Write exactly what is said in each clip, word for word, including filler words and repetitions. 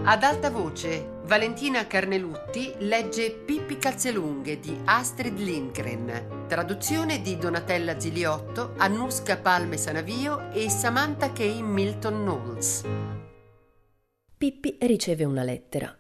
Ad alta voce, Valentina Carnelutti legge Pippi Calzelunghe di Astrid Lindgren, traduzione di Donatella Giliotto, Annuska Palme Sanavio e Samantha K. Milton Knowles. Pippi riceve una lettera.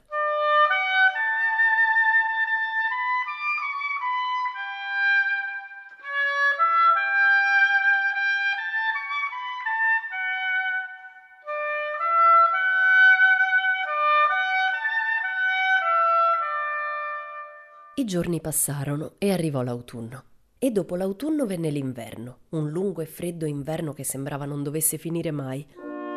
I giorni passarono e arrivò l'autunno. E dopo l'autunno venne l'inverno, un lungo e freddo inverno che sembrava non dovesse finire mai.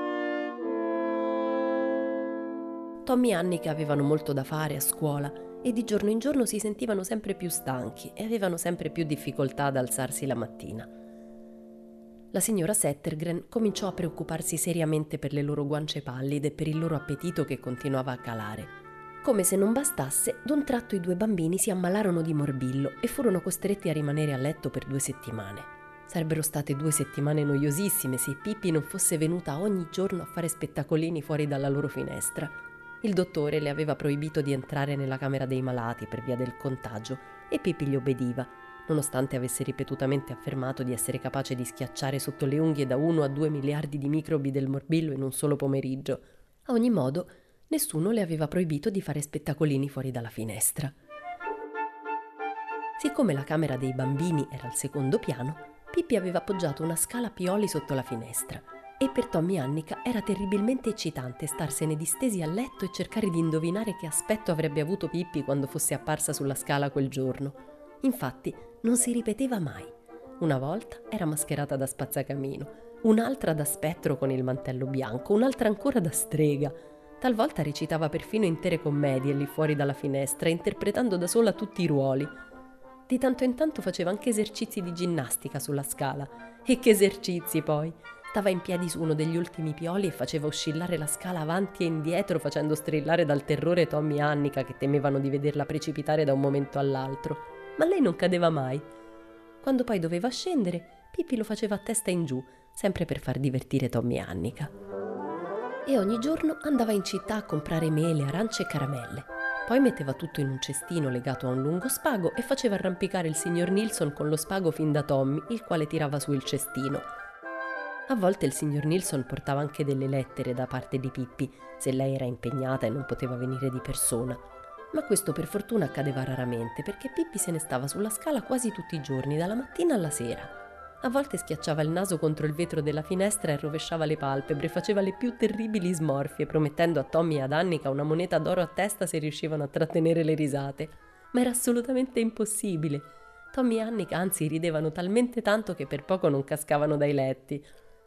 Tommy e Annika avevano molto da fare a scuola e di giorno in giorno si sentivano sempre più stanchi e avevano sempre più difficoltà ad alzarsi la mattina. La signora Settergren cominciò a preoccuparsi seriamente per le loro guance pallide e per il loro appetito che continuava a calare. Come se non bastasse, d'un tratto i due bambini si ammalarono di morbillo e furono costretti a rimanere a letto per due settimane. Sarebbero state due settimane noiosissime se Pippi non fosse venuta ogni giorno a fare spettacolini fuori dalla loro finestra. Il dottore le aveva proibito di entrare nella camera dei malati per via del contagio e Pippi gli obbediva, nonostante avesse ripetutamente affermato di essere capace di schiacciare sotto le unghie da uno a due miliardi di microbi del morbillo in un solo pomeriggio. A ogni modo, nessuno le aveva proibito di fare spettacolini fuori dalla finestra. Siccome la camera dei bambini era al secondo piano, Pippi aveva appoggiato una scala a pioli sotto la finestra e per Tommy e Annika era terribilmente eccitante starsene distesi a letto e cercare di indovinare che aspetto avrebbe avuto Pippi quando fosse apparsa sulla scala quel giorno. Infatti non si ripeteva mai. Una volta era mascherata da spazzacamino, un'altra da spettro con il mantello bianco, un'altra ancora da strega. Talvolta recitava perfino intere commedie lì fuori dalla finestra, interpretando da sola tutti i ruoli. Di tanto in tanto faceva anche esercizi di ginnastica sulla scala. E che esercizi poi! Stava in piedi su uno degli ultimi pioli e faceva oscillare la scala avanti e indietro, facendo strillare dal terrore Tommy e Annika, che temevano di vederla precipitare da un momento all'altro. Ma lei non cadeva mai. Quando poi doveva scendere, Pippi lo faceva a testa in giù, sempre per far divertire Tommy e Annika. E ogni giorno andava in città a comprare mele, arance e caramelle. Poi metteva tutto in un cestino legato a un lungo spago e faceva arrampicare il signor Nilsson con lo spago fin da Tommy, il quale tirava su il cestino. A volte il signor Nilsson portava anche delle lettere da parte di Pippi, se lei era impegnata e non poteva venire di persona. Ma questo per fortuna accadeva raramente, perché Pippi se ne stava sulla scala quasi tutti i giorni, dalla mattina alla sera. A volte schiacciava il naso contro il vetro della finestra e rovesciava le palpebre, faceva le più terribili smorfie, promettendo a Tommy e ad Annika una moneta d'oro a testa se riuscivano a trattenere le risate. Ma era assolutamente impossibile. Tommy e Annika anzi ridevano talmente tanto che per poco non cascavano dai letti.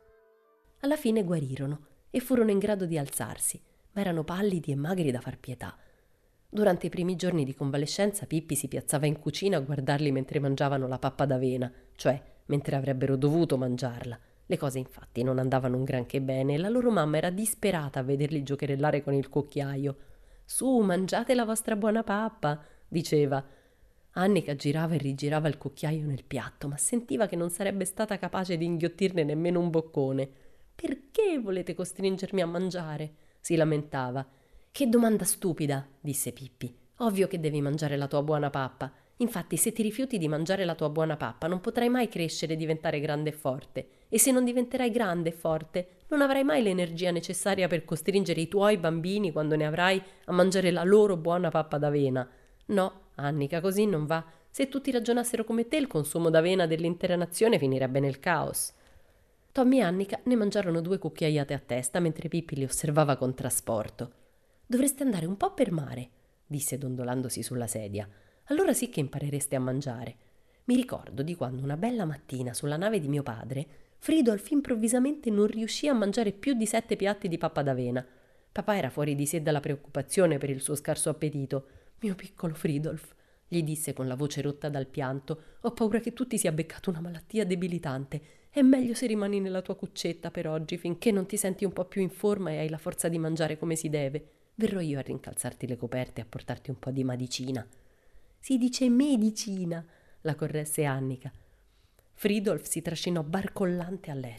Alla fine guarirono e furono in grado di alzarsi, ma erano pallidi e magri da far pietà. Durante i primi giorni di convalescenza Pippi si piazzava in cucina a guardarli mentre mangiavano la pappa d'avena, cioè mentre avrebbero dovuto mangiarla. Le cose infatti non andavano un granché bene e la loro mamma era disperata a vederli giocherellare con il cucchiaio. «Su, mangiate la vostra buona pappa», diceva. Annika girava e rigirava il cucchiaio nel piatto, ma sentiva che non sarebbe stata capace di inghiottirne nemmeno un boccone. «Perché volete costringermi a mangiare?» si lamentava. «Che domanda stupida», disse Pippi. «Ovvio che devi mangiare la tua buona pappa. Infatti, se ti rifiuti di mangiare la tua buona pappa, non potrai mai crescere e diventare grande e forte. E se non diventerai grande e forte, non avrai mai l'energia necessaria per costringere i tuoi bambini, quando ne avrai, a mangiare la loro buona pappa d'avena. No, Annika, così non va. Se tutti ragionassero come te, il consumo d'avena dell'intera nazione finirebbe nel caos». Tommy e Annika ne mangiarono due cucchiaiate a testa, mentre Pippi li osservava con trasporto. «Dovreste andare un po' per mare», disse dondolandosi sulla sedia. «Allora sì che imparereste a mangiare. Mi ricordo di quando una bella mattina sulla nave di mio padre Fridolf improvvisamente non riuscì a mangiare più di sette piatti di pappa d'avena. Papà era fuori di sé dalla preoccupazione per il suo scarso appetito. «Mio piccolo Fridolf», gli disse con la voce rotta dal pianto, «ho paura che tu ti sia beccato una malattia debilitante. È meglio se rimani nella tua cuccetta per oggi, finché non ti senti un po' più in forma e hai la forza di mangiare come si deve. Verrò io a rincalzarti le coperte e a portarti un po' di medicina». «Si dice medicina», la corresse Annika. Fridolf si trascinò barcollante a letto.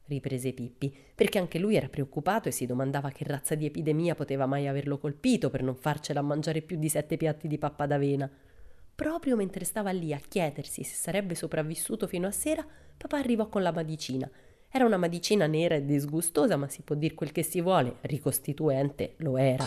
riprese Pippi, perché anche lui era preoccupato e si domandava che razza di epidemia poteva mai averlo colpito per non farcela mangiare più di sette piatti di pappa d'avena. Proprio mentre stava lì a chiedersi se sarebbe sopravvissuto fino a sera, papà arrivò con la medicina. Era una medicina nera e disgustosa, ma si può dir quel che si vuole, ricostituente lo era.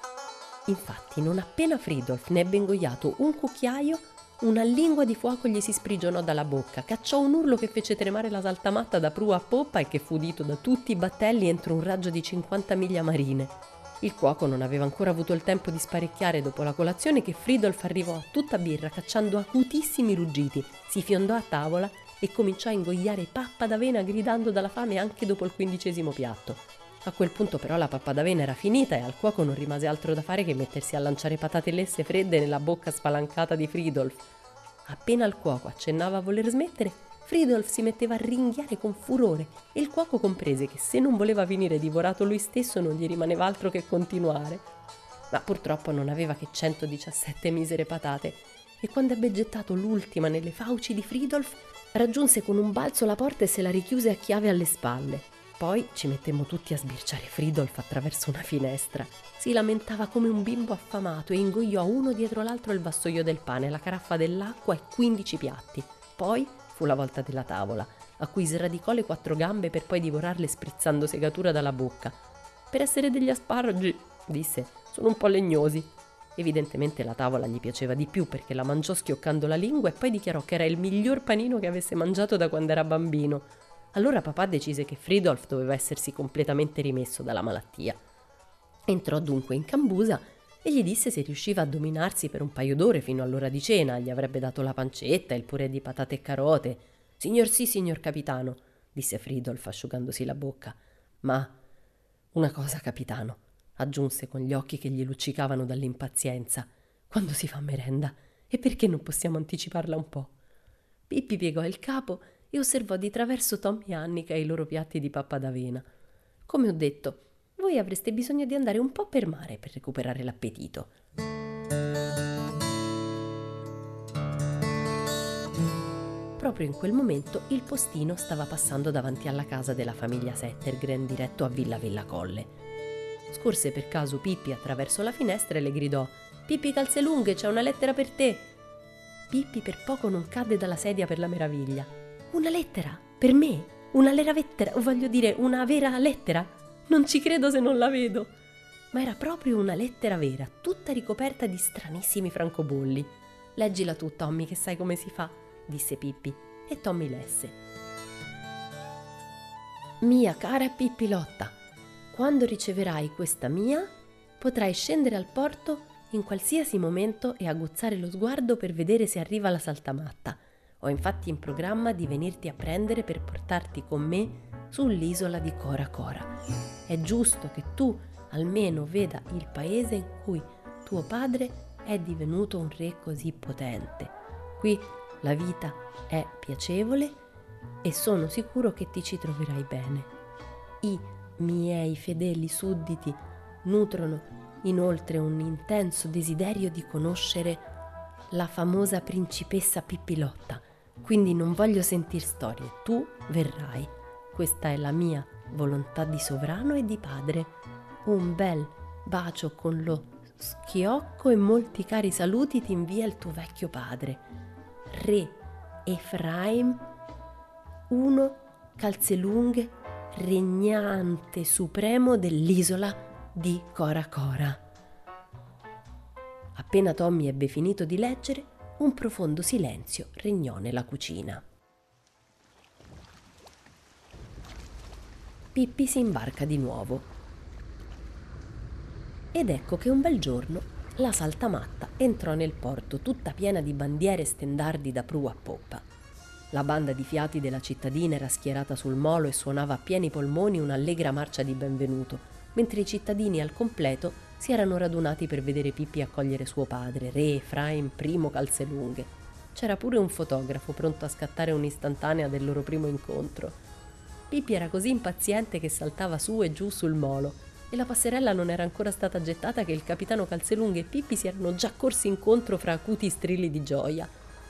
Infatti, non appena Fridolf ne ebbe ingoiato un cucchiaio, una lingua di fuoco gli si sprigionò dalla bocca, cacciò un urlo che fece tremare la saltamatta da prua a poppa e che fu udito da tutti i battelli entro un raggio di cinquanta miglia marine. Il cuoco non aveva ancora avuto il tempo di sparecchiare dopo la colazione che Fridolf arrivò a tutta birra cacciando acutissimi ruggiti, si fiondò a tavola e cominciò a ingoiare pappa d'avena gridando dalla fame anche dopo il quindicesimo piatto. A quel punto però la pappa d'avena era finita e al cuoco non rimase altro da fare che mettersi a lanciare patate lesse fredde nella bocca spalancata di Fridolf. Appena il cuoco accennava a voler smettere, Fridolf si metteva a ringhiare con furore e il cuoco comprese che se non voleva venire divorato lui stesso non gli rimaneva altro che continuare. Ma purtroppo non aveva che centodiciassette misere patate e quando ebbe gettato l'ultima nelle fauci di Fridolf raggiunse con un balzo la porta e se la richiuse a chiave alle spalle. Poi ci mettemmo tutti a sbirciare Fridolf attraverso una finestra. Si lamentava come un bimbo affamato e ingoiò uno dietro l'altro il vassoio del pane, la caraffa dell'acqua e quindici piatti. Poi fu la volta della tavola, a cui sradicò le quattro gambe per poi divorarle sprizzando segatura dalla bocca. «Per essere degli asparagi», disse, «sono un po' legnosi». Evidentemente la tavola gli piaceva di più perché la mangiò schioccando la lingua e poi dichiarò che era il miglior panino che avesse mangiato da quando era bambino. Allora papà decise che Fridolf doveva essersi completamente rimesso dalla malattia. Entrò dunque in cambusa e gli disse se riusciva a dominarsi per un paio d'ore fino all'ora di cena, gli avrebbe dato la pancetta, il purè di patate e carote. «Signor sì, signor capitano», disse Fridolf asciugandosi la bocca. «Ma una cosa, capitano», aggiunse con gli occhi che gli luccicavano dall'impazienza, «quando si fa merenda? E perché non possiamo anticiparla un po'?» Pippi piegò il capo e osservò di traverso Tom e Annika e i loro piatti di pappa d'avena. «Come ho detto, voi avreste bisogno di andare un po' per mare per recuperare l'appetito». Proprio in quel momento il postino stava passando davanti alla casa della famiglia Settergren diretto a Villa Vella Colle. Scorse per caso Pippi attraverso la finestra e le gridò: «Pippi Calzelunghe, c'è una lettera per te!» Pippi per poco non cadde dalla sedia per la meraviglia. «Una lettera? Per me? Una vera lettera? O voglio dire, una vera lettera? Non ci credo se non la vedo!» Ma era proprio una lettera vera, tutta ricoperta di stranissimi francobolli. «Leggila tu, Tommy, che sai come si fa», disse Pippi, e Tommy lesse. «Mia cara Pippilotta, quando riceverai questa mia, potrai scendere al porto in qualsiasi momento e aguzzare lo sguardo per vedere se arriva la saltamatta. Ho infatti in programma di venirti a prendere per portarti con me sull'isola di Cora Cora. È giusto che tu almeno veda il paese in cui tuo padre è divenuto un re così potente. Qui la vita è piacevole e sono sicuro che ti ci troverai bene. I miei fedeli sudditi nutrono inoltre un intenso desiderio di conoscere la famosa principessa Pippilotta, quindi non voglio sentir storie, tu verrai. Questa è la mia volontà di sovrano e di padre. Un bel bacio con lo schiocco e molti cari saluti ti invia il tuo vecchio padre, Re Efraim I Calzelunghe, regnante supremo dell'isola di Cora Cora». Appena Tommy ebbe finito di leggere, un profondo silenzio regnò nella cucina. Pippi si imbarca di nuovo. Ed ecco che un bel giorno la saltamatta entrò nel porto tutta piena di bandiere e stendardi da prua a poppa. La banda di fiati della cittadina era schierata sul molo e suonava a pieni polmoni un'allegra marcia di benvenuto, mentre i cittadini al completo si erano radunati per vedere Pippi accogliere suo padre, Re Efraim I Calzelunghe. C'era pure un fotografo pronto a scattare un'istantanea del loro primo incontro. Pippi era così impaziente che saltava su e giù sul molo e la passerella non era ancora stata gettata che il capitano Calzelunghe e Pippi si erano già corsi incontro fra acuti strilli di gioia.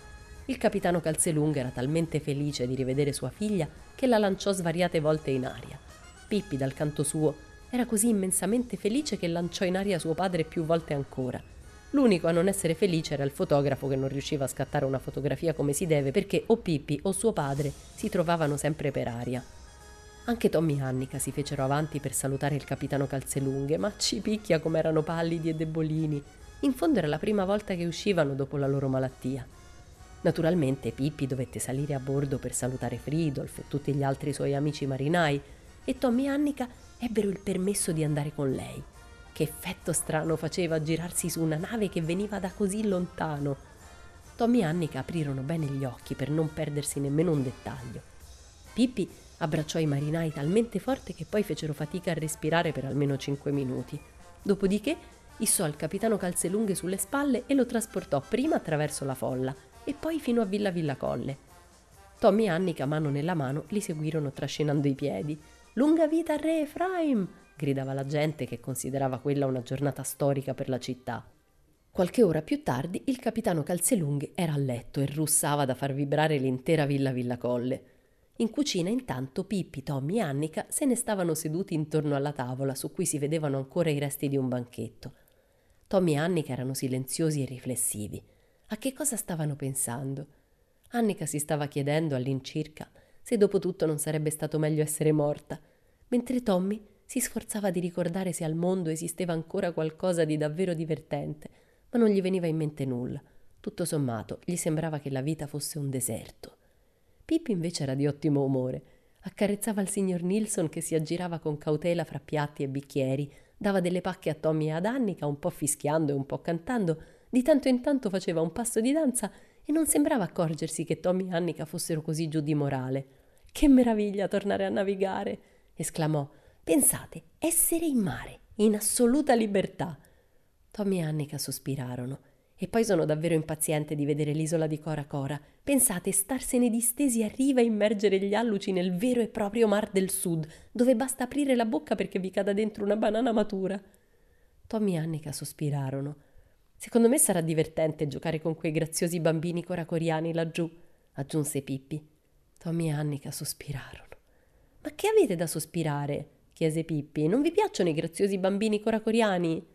Il capitano Calzelunghe era talmente felice di rivedere sua figlia che la lanciò svariate volte in aria. Pippi, dal canto suo, era così immensamente felice che lanciò in aria suo padre più volte ancora. L'unico a non essere felice era il fotografo, che non riusciva a scattare una fotografia come si deve perché o Pippi o suo padre si trovavano sempre per aria. Anche Tommy e Annika si fecero avanti per salutare il capitano Calzelunghe, ma ci picchia come erano pallidi e debolini. In fondo era la prima volta che uscivano dopo la loro malattia. Naturalmente Pippi dovette salire a bordo per salutare Fridolf e tutti gli altri suoi amici marinai, e Tommy e Annika ebbero il permesso di andare con lei. Che effetto strano faceva girarsi su una nave che veniva da così lontano. Tommy e Annika aprirono bene gli occhi per non perdersi nemmeno un dettaglio. Pippi abbracciò i marinai talmente forte che poi fecero fatica a respirare per almeno cinque minuti. Dopodiché issò il capitano Calzelunghe sulle spalle e lo trasportò prima attraverso la folla e poi fino a Villa Villa Colle. Tommy e Annika, mano nella mano, li seguirono trascinando i piedi. «Lunga vita al re Efraim!» gridava la gente, che considerava quella una giornata storica per la città. Qualche ora più tardi il capitano Calzelunghe era a letto e russava da far vibrare l'intera Villa Villa Colle. In cucina intanto Pippi, Tommy e Annika se ne stavano seduti intorno alla tavola su cui si vedevano ancora i resti di un banchetto. Tommy e Annika erano silenziosi e riflessivi. A che cosa stavano pensando? Annika si stava chiedendo all'incirca se dopo tutto non sarebbe stato meglio essere morta, mentre Tommy si sforzava di ricordare se al mondo esisteva ancora qualcosa di davvero divertente, ma non gli veniva in mente nulla. Tutto sommato, gli sembrava che la vita fosse un deserto. Pippi invece era di ottimo umore. Accarezzava il signor Nilsson, che si aggirava con cautela fra piatti e bicchieri, dava delle pacche a Tommy e ad Annika, un po' fischiando e un po' cantando. Di tanto in tanto faceva un passo di danza e non sembrava accorgersi che Tommy e Annika fossero così giù di morale. «Che meraviglia tornare a navigare!» esclamò. «Pensate, essere in mare, in assoluta libertà!» Tommy e Annika sospirarono. «E poi sono davvero impaziente di vedere l'isola di Cora Cora. Pensate, starsene distesi a riva e immergere gli alluci nel vero e proprio Mar del Sud, dove basta aprire la bocca perché vi cada dentro una banana matura!» Tommy e Annika sospirarono. «Secondo me sarà divertente giocare con quei graziosi bambini coracoriani laggiù», aggiunse Pippi. Tommy e Annika sospirarono. «Ma che avete da sospirare?» chiese Pippi. «Non vi piacciono i graziosi bambini coracoriani?»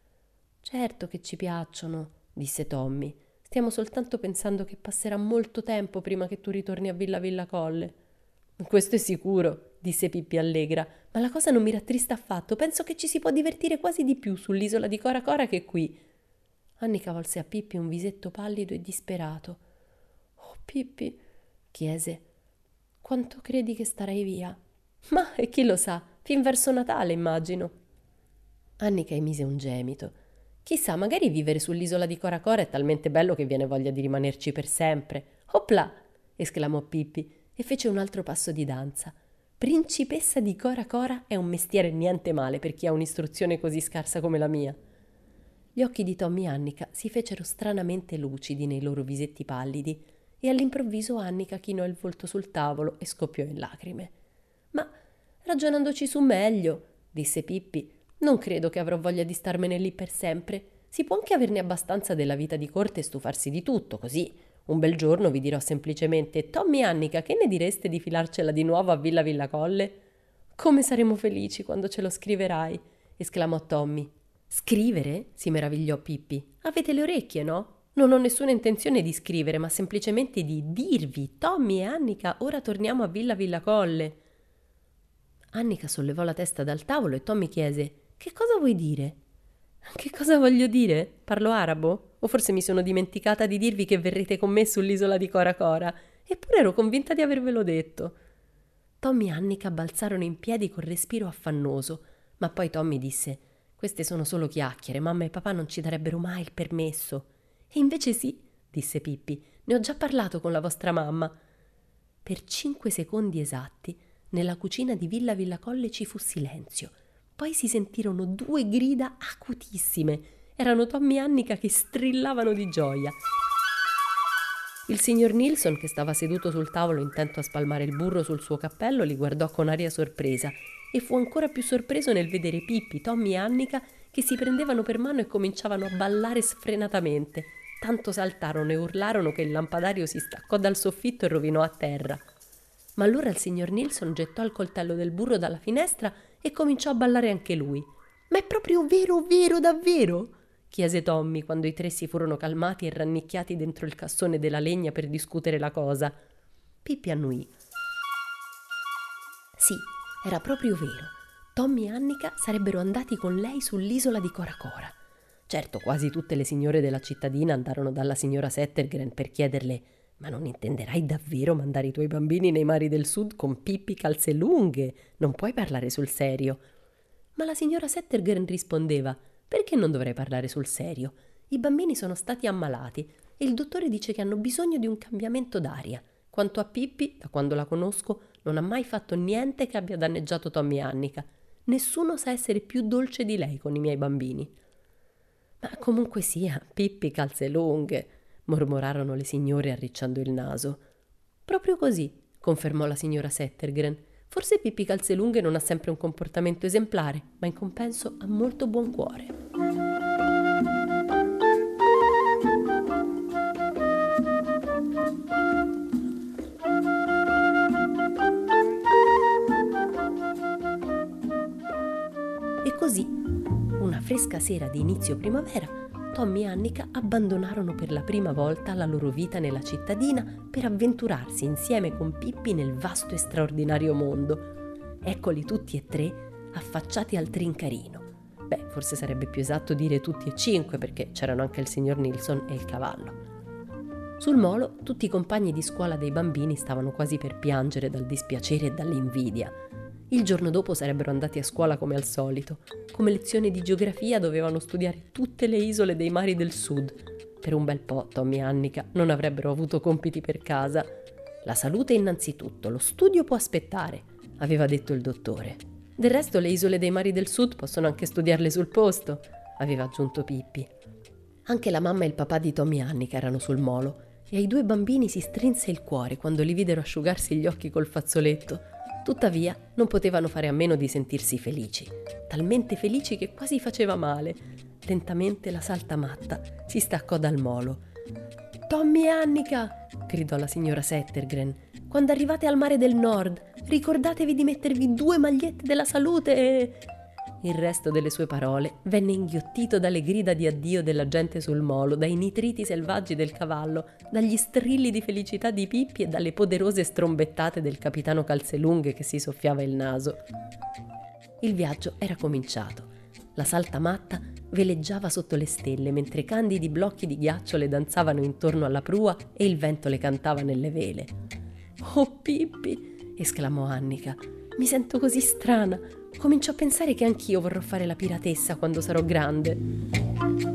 «Certo che ci piacciono», disse Tommy. «Stiamo soltanto pensando che passerà molto tempo prima che tu ritorni a Villa Villa Colle». «Questo è sicuro», disse Pippi allegra, «ma la cosa non mi rattrista affatto. Penso che ci si può divertire quasi di più sull'isola di Cora Cora che qui». Annika volse a Pippi un visetto pallido e disperato. «Oh, Pippi», chiese, «quanto credi che starei via?» «Ma, e chi lo sa, fin verso Natale, immagino». Annika emise un gemito. «Chissà, magari vivere sull'isola di Cora Cora è talmente bello che viene voglia di rimanerci per sempre». «Opla!» esclamò Pippi e fece un altro passo di danza. «Principessa di Cora Cora è un mestiere niente male per chi ha un'istruzione così scarsa come la mia». Gli occhi di Tommy e Annika si fecero stranamente lucidi nei loro visetti pallidi e all'improvviso Annika chinò il volto sul tavolo e scoppiò in lacrime. «Ma ragionandoci su meglio», disse Pippi, «non credo che avrò voglia di starmene lì per sempre. Si può anche averne abbastanza della vita di corte e stufarsi di tutto, così un bel giorno vi dirò semplicemente: Tommy e Annika, che ne direste di filarcela di nuovo a Villa Villa Colle?» «Come saremo felici quando ce lo scriverai», esclamò Tommy. «Scrivere?» si meravigliò Pippi. «Avete le orecchie, no? Non ho nessuna intenzione di scrivere, ma semplicemente di dirvi: Tommy e Annika, ora torniamo a Villa Villa Colle». Annika sollevò la testa dal tavolo e Tommy chiese: «Che cosa vuoi dire?» «Che cosa voglio dire? Parlo arabo? O forse mi sono dimenticata di dirvi che verrete con me sull'isola di Cora Cora? Eppure ero convinta di avervelo detto». Tommy e Annika balzarono in piedi col respiro affannoso, ma poi Tommy disse: «Queste sono solo chiacchiere, mamma e papà non ci darebbero mai il permesso». «E invece sì», disse Pippi, «ne ho già parlato con la vostra mamma». Per cinque secondi esatti nella cucina di Villa Villa Colle ci fu silenzio. Poi si sentirono due grida acutissime. Erano Tommy e Annika che strillavano di gioia. Il signor Nilsson, che stava seduto sul tavolo intento a spalmare il burro sul suo cappello, li guardò con aria sorpresa e fu ancora più sorpreso nel vedere Pippi, Tommy e Annika che si prendevano per mano e cominciavano a ballare sfrenatamente. tanto saltarono e urlarono che il lampadario si staccò dal soffitto e rovinò a terra. Ma allora il signor Nilsson gettò il coltello del burro dalla finestra e cominciò a ballare anche lui. «Ma è proprio vero, vero, davvero?» chiese Tommy quando i tre si furono calmati e rannicchiati dentro il cassone della legna per discutere la cosa. Pippi annuì. Sì, era proprio vero. Tommy e Annika sarebbero andati con lei sull'isola di Cora Cora. Certo, quasi tutte le signore della cittadina andarono dalla signora Settergren per chiederle: «Ma non intenderai davvero mandare i tuoi bambini nei mari del sud con Pippi Calzelunghe? Non puoi parlare sul serio?» Ma la signora Settergren rispondeva: «Perché non dovrei parlare sul serio? I bambini sono stati ammalati e il dottore dice che hanno bisogno di un cambiamento d'aria. Quanto a Pippi, da quando la conosco, non ha mai fatto niente che abbia danneggiato Tommy e Annika. Nessuno sa essere più dolce di lei con i miei bambini». «Ma comunque sia, Pippi Calzelunghe», mormorarono le signore arricciando il naso. «Proprio così», confermò la signora Settergren. «Forse Pippi Calzelunghe non ha sempre un comportamento esemplare, ma in compenso ha molto buon cuore». E così, una fresca sera di inizio primavera, Tommy e Annika abbandonarono per la prima volta la loro vita nella cittadina per avventurarsi insieme con Pippi nel vasto e straordinario mondo. Eccoli tutti e tre affacciati al trincarino. Beh, forse sarebbe più esatto dire tutti e cinque, perché c'erano anche il signor Nilsson e il cavallo. Sul molo tutti i compagni di scuola dei bambini stavano quasi per piangere dal dispiacere e dall'invidia. Il giorno dopo sarebbero andati a scuola come al solito. Come lezione di geografia dovevano studiare tutte le isole dei mari del sud. Per un bel po' Tommy e Annika non avrebbero avuto compiti per casa. «La salute innanzitutto, lo studio può aspettare», aveva detto il dottore. «Del resto le isole dei mari del sud possono anche studiarle sul posto», aveva aggiunto Pippi. Anche la mamma e il papà di Tommy e Annika erano sul molo e ai due bambini si strinse il cuore quando li videro asciugarsi gli occhi col fazzoletto. Tuttavia non potevano fare a meno di sentirsi felici, talmente felici che quasi faceva male. Lentamente la saltamatta si staccò dal molo. «Tommy e Annika!» gridò la signora Settergren. «Quando arrivate al mare del nord, ricordatevi di mettervi due magliette della salute e...» Il resto delle sue parole venne inghiottito dalle grida di addio della gente sul molo, dai nitriti selvaggi del cavallo, dagli strilli di felicità di Pippi e dalle poderose strombettate del capitano Calzelunghe che si soffiava il naso. Il viaggio era cominciato. La saltamatta veleggiava sotto le stelle mentre candidi blocchi di ghiaccio le danzavano intorno alla prua e il vento le cantava nelle vele. «Oh Pippi!» esclamò Annika. «Mi sento così strana. Comincio a pensare che anch'io vorrò fare la piratessa quando sarò grande».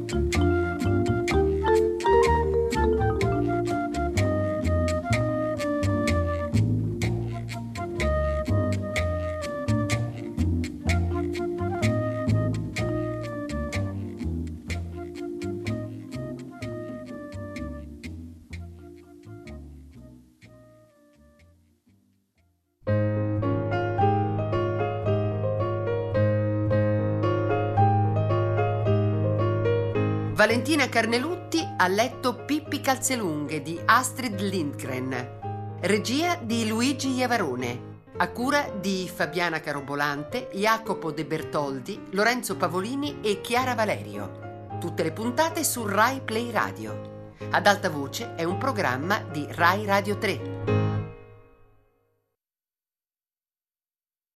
Valentina Carnelutti ha letto Pippi Calzelunghe di Astrid Lindgren. Regia di Luigi Iavarone. A cura di Fabiana Carobolante, Jacopo De Bertoldi, Lorenzo Pavolini e Chiara Valerio. Tutte le puntate su Rai Play Radio. Ad alta voce è un programma di Rai Radio tre.